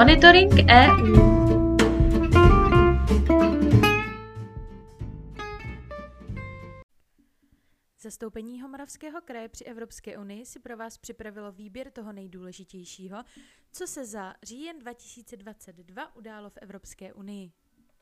Monitoring EU. Zastoupení Jihomoravského kraje při Evropské unii si pro vás připravilo výběr toho nejdůležitějšího, co se za říjen 2022 událo v Evropské unii.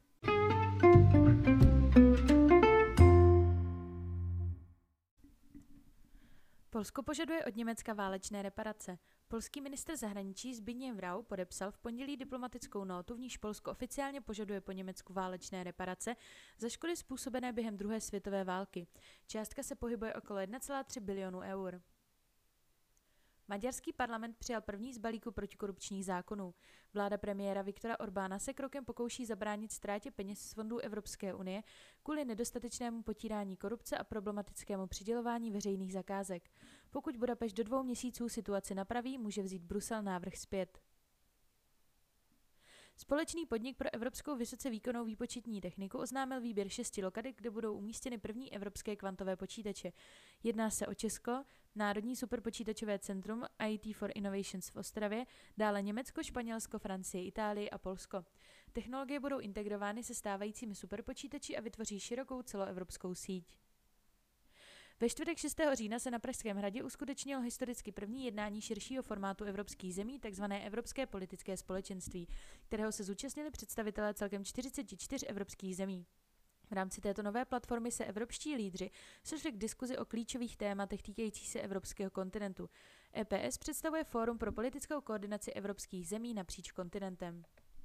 Polsko požaduje od Německa válečné reparace. Polský ministr zahraničí Zbigniew Rau podepsal v pondělí diplomatickou nótu, v níž Polsko oficiálně požaduje po Německu válečné reparace za škody způsobené během druhé světové války. Částka se pohybuje okolo 1,3 bilionu eur. Maďarský parlament přijal první z balíku protikorupčních zákonů. Vláda premiéra Viktora Orbána se krokem pokouší zabránit ztrátě peněz z fondů Evropské unie kvůli nedostatečnému potírání korupce a problematickému přidělování veřejných zakázek. Pokud Budapešť do 2 měsíců situaci napraví, může vzít Brusel návrh zpět. Společný podnik pro evropskou vysoce výkonnou výpočetní techniku oznámil výběr 6 lokalit, kde budou umístěny první evropské kvantové počítače. Jedná se o Česko, Národní superpočítačové centrum IT for Innovations v Ostravě, dále Německo, Španělsko, Francie, Itálii a Polsko. Technologie budou integrovány se stávajícími superpočítači a vytvoří širokou celoevropskou síť. Ve čtvrtek 6. října se na Pražském hradě uskutečnilo historicky první jednání širšího formátu evropských zemí, tzv. Evropské politické společenství, kterého se zúčastnili představitelé celkem 44 evropských zemí. V rámci této nové platformy se evropští lídři sešli k diskuzi o klíčových tématech týkajících se evropského kontinentu. EPS představuje fórum pro politickou koordinaci evropských zemí napříč kontinentem.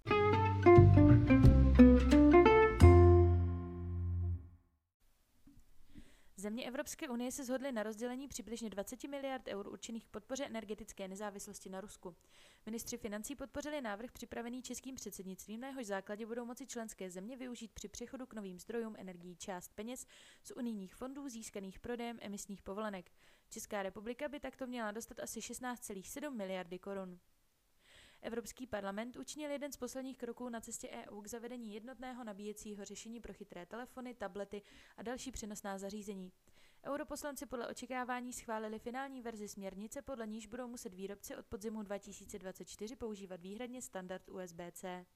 Země Evropské unie se shodly na rozdělení přibližně 20 miliard eur určených k podpoře energetické nezávislosti na Rusku. Ministři financí podpořili návrh připravený českým předsednictvím, na jehož základě budou moci členské země využít při přechodu k novým zdrojům energií část peněz z unijních fondů získaných prodejem emisních povolenek. Česká republika by takto měla dostat asi 16,7 miliardy korun. Evropský parlament učinil jeden z posledních kroků na cestě EU k zavedení jednotného nabíjecího řešení pro chytré telefony, tablety a další přenosná zařízení. Europoslanci podle očekávání schválili finální verzi směrnice, podle níž budou muset výrobci od podzimu 2024 používat výhradně standard USB-C.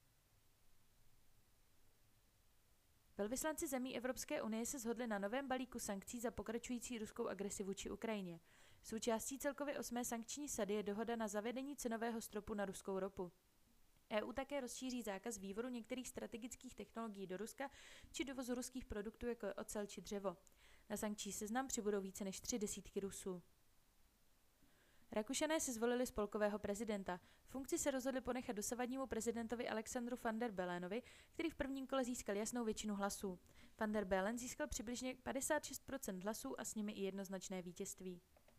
Velvyslanci zemí Evropské unie se shodli na novém balíku sankcí za pokračující ruskou agresi vůči Ukrajině. Součástí celkově 8. sankční sady je dohoda na zavedení cenového stropu na ruskou ropu. EU také rozšíří zákaz vývozu některých strategických technologií do Ruska či dovozu ruských produktů, jako je ocel či dřevo. Na sankční seznam přibudou více než 3 desítky Rusů. Rakušané si zvolili spolkového prezidenta. Funkci se rozhodli ponechat dosavadnímu prezidentovi Alexandru van der Belenovi, který v prvním kole získal jasnou většinu hlasů. Van der Bellen získal přibližně 56% hlasů a s nimi i jednoznačné vítězství.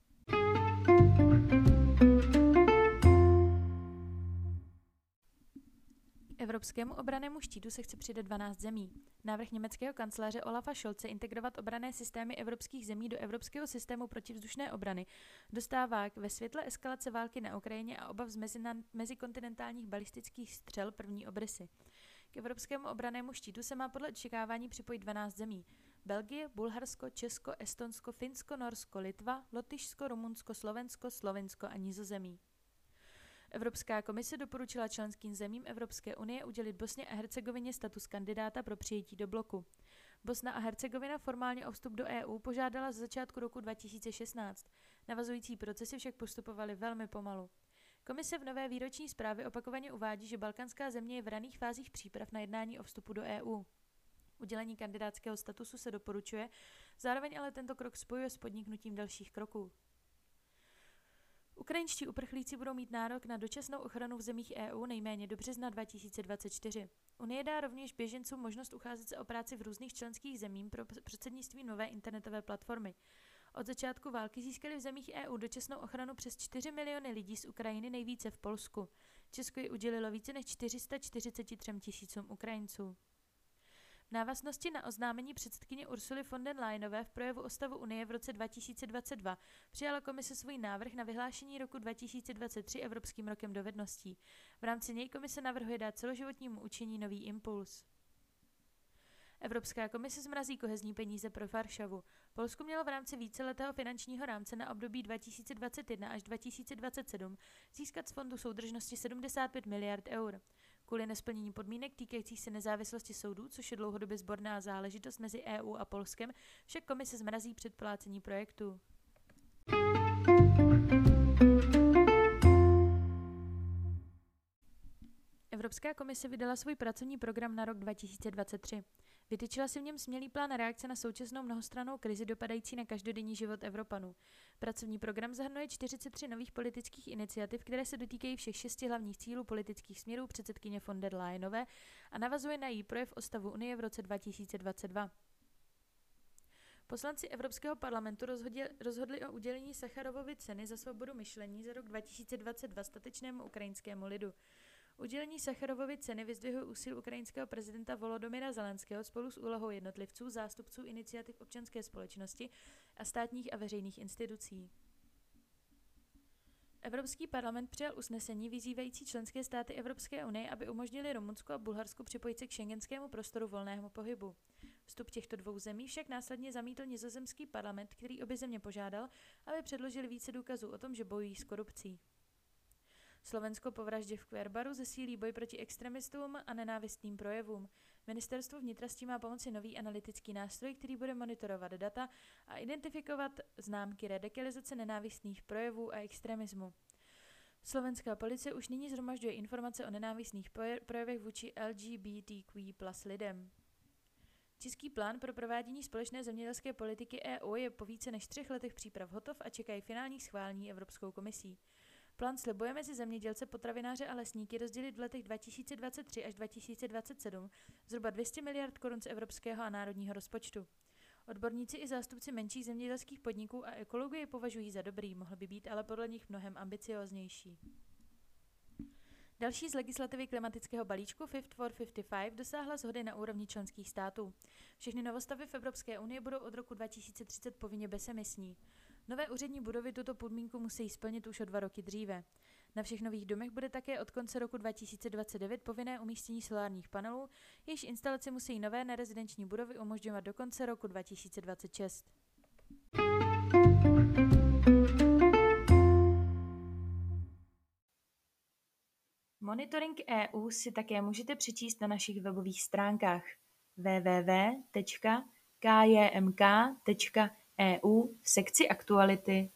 K evropskému obrannému štítu se chce přidat 12 zemí. Návrh německého kancléře Olafa Scholze integrovat obranné systémy evropských zemí do evropského systému protivzdušné obrany dostává ve světle eskalace války na Ukrajině a obav z mezikontinentálních balistických střel první obrysy. K evropskému obrannému štítu se má podle očekávání připojit 12 zemí. Belgie, Bulharsko, Česko, Estonsko, Finsko, Norsko, Litva, Lotyšsko, Rumunsko, Slovinsko a Nizozemí. Evropská komise doporučila členským zemím Evropské unie udělit Bosně a Hercegovině status kandidáta pro přijetí do bloku. Bosna a Hercegovina formálně o vstup do EU požádala z začátku roku 2016. Navazující procesy však postupovaly velmi pomalu. Komise v nové výroční zprávě opakovaně uvádí, že balkánská země je v raných fázích příprav na jednání o vstupu do EU. Udělení kandidátského statusu se doporučuje, zároveň ale tento krok spojuje s podniknutím dalších kroků. Ukrajinští uprchlíci budou mít nárok na dočasnou ochranu v zemích EU nejméně do března 2024. Unie dá rovněž běžencům možnost ucházet se o práci v různých členských zemích pro prostřednictvím nové internetové platformy. Od začátku války získali v zemích EU dočasnou ochranu přes 4 miliony lidí z Ukrajiny, nejvíce v Polsku. Česko ji udělilo více než 443 tisícům Ukrajinců. V návaznosti na oznámení předsedkyně Ursuly von der Leyenové v projevu o stavu Unie v roce 2022 přijala komise svůj návrh na vyhlášení roku 2023 Evropským rokem dovedností. V rámci něj komise navrhuje dát celoživotnímu učení nový impuls. Evropská komise zmrazí kohezní peníze pro Varšavu. Polsko mělo v rámci víceletého finančního rámce na období 2021 až 2027 získat z fondu soudržnosti 75 miliard eur. Kvůli nesplnění podmínek týkajících se nezávislosti soudů, což je dlouhodobě sporná záležitost mezi EU a Polskem, však komise zmrazí předplácení projektu. Evropská komise vydala svůj pracovní program na rok 2023. Vytyčila si v něm smělý plán reakce na současnou mnohostrannou krizi dopadající na každodenní život Evropanů. Pracovní program zahrnuje 43 nových politických iniciativ, které se dotýkají všech 6 hlavních cílů politických směrů předsedkyně von der Leyenové a navazuje na její projev o stavu Unie v roce 2022. Poslanci Evropského parlamentu rozhodli o udělení Sacharovovy ceny za svobodu myšlení za rok 2022 statečnému ukrajinskému lidu. Udělení Sacharovovy ceny vyzdvihuje úsilí ukrajinského prezidenta Volodymyra Zelenského spolu s úlohou jednotlivců, zástupců iniciativ občanské společnosti a státních a veřejných institucí. Evropský parlament přijal usnesení vyzývající členské státy Evropské unie, aby umožnili Rumunsku a Bulharsku připojit se k schengenskému prostoru volného pohybu. Vstup těchto dvou zemí však následně zamítl nizozemský parlament, který obě země požádal, aby předložili více důkazů o tom, že bojují s korupcí. Slovensko po vraždě v Kverbaru zesílí boj proti extremistům a nenávistným projevům. Ministerstvo vnitra s tím má pomoci nový analytický nástroj, který bude monitorovat data a identifikovat známky radikalizace nenávistných projevů a extremismu. Slovenská policie už nyní shromažďuje informace o nenávistných projevech vůči LGBTQ+ lidem. Český plán pro provádění společné zemědělské politiky EU je po více než 3 letech příprav hotov a čekají finální schválení Evropskou komisí. Plán slibuje mezi zemědělce, potravináře a lesníky rozdělit v letech 2023 až 2027 zhruba 200 miliard korun z evropského a národního rozpočtu. Odborníci i zástupci menších zemědělských podniků a ekologů je považují za dobrý, mohl by být ale podle nich mnohem ambicióznější. Další z legislativy klimatického balíčku Fit for 55 dosáhla shody na úrovni členských států. Všechny novostavby v Evropské unii budou od roku 2030 povinně bezemisní. Nové úřední budovy tuto podmínku musí splnit už o 2 roky dříve. Na všech nových domech bude také od konce roku 2029 povinné umístění solárních panelů, jejichž instalaci musí nové nerezidenční budovy umožňovat do konce roku 2026. Monitoring EU si také můžete přečíst na našich webových stránkách www.kjmk.eu v sekci aktuality.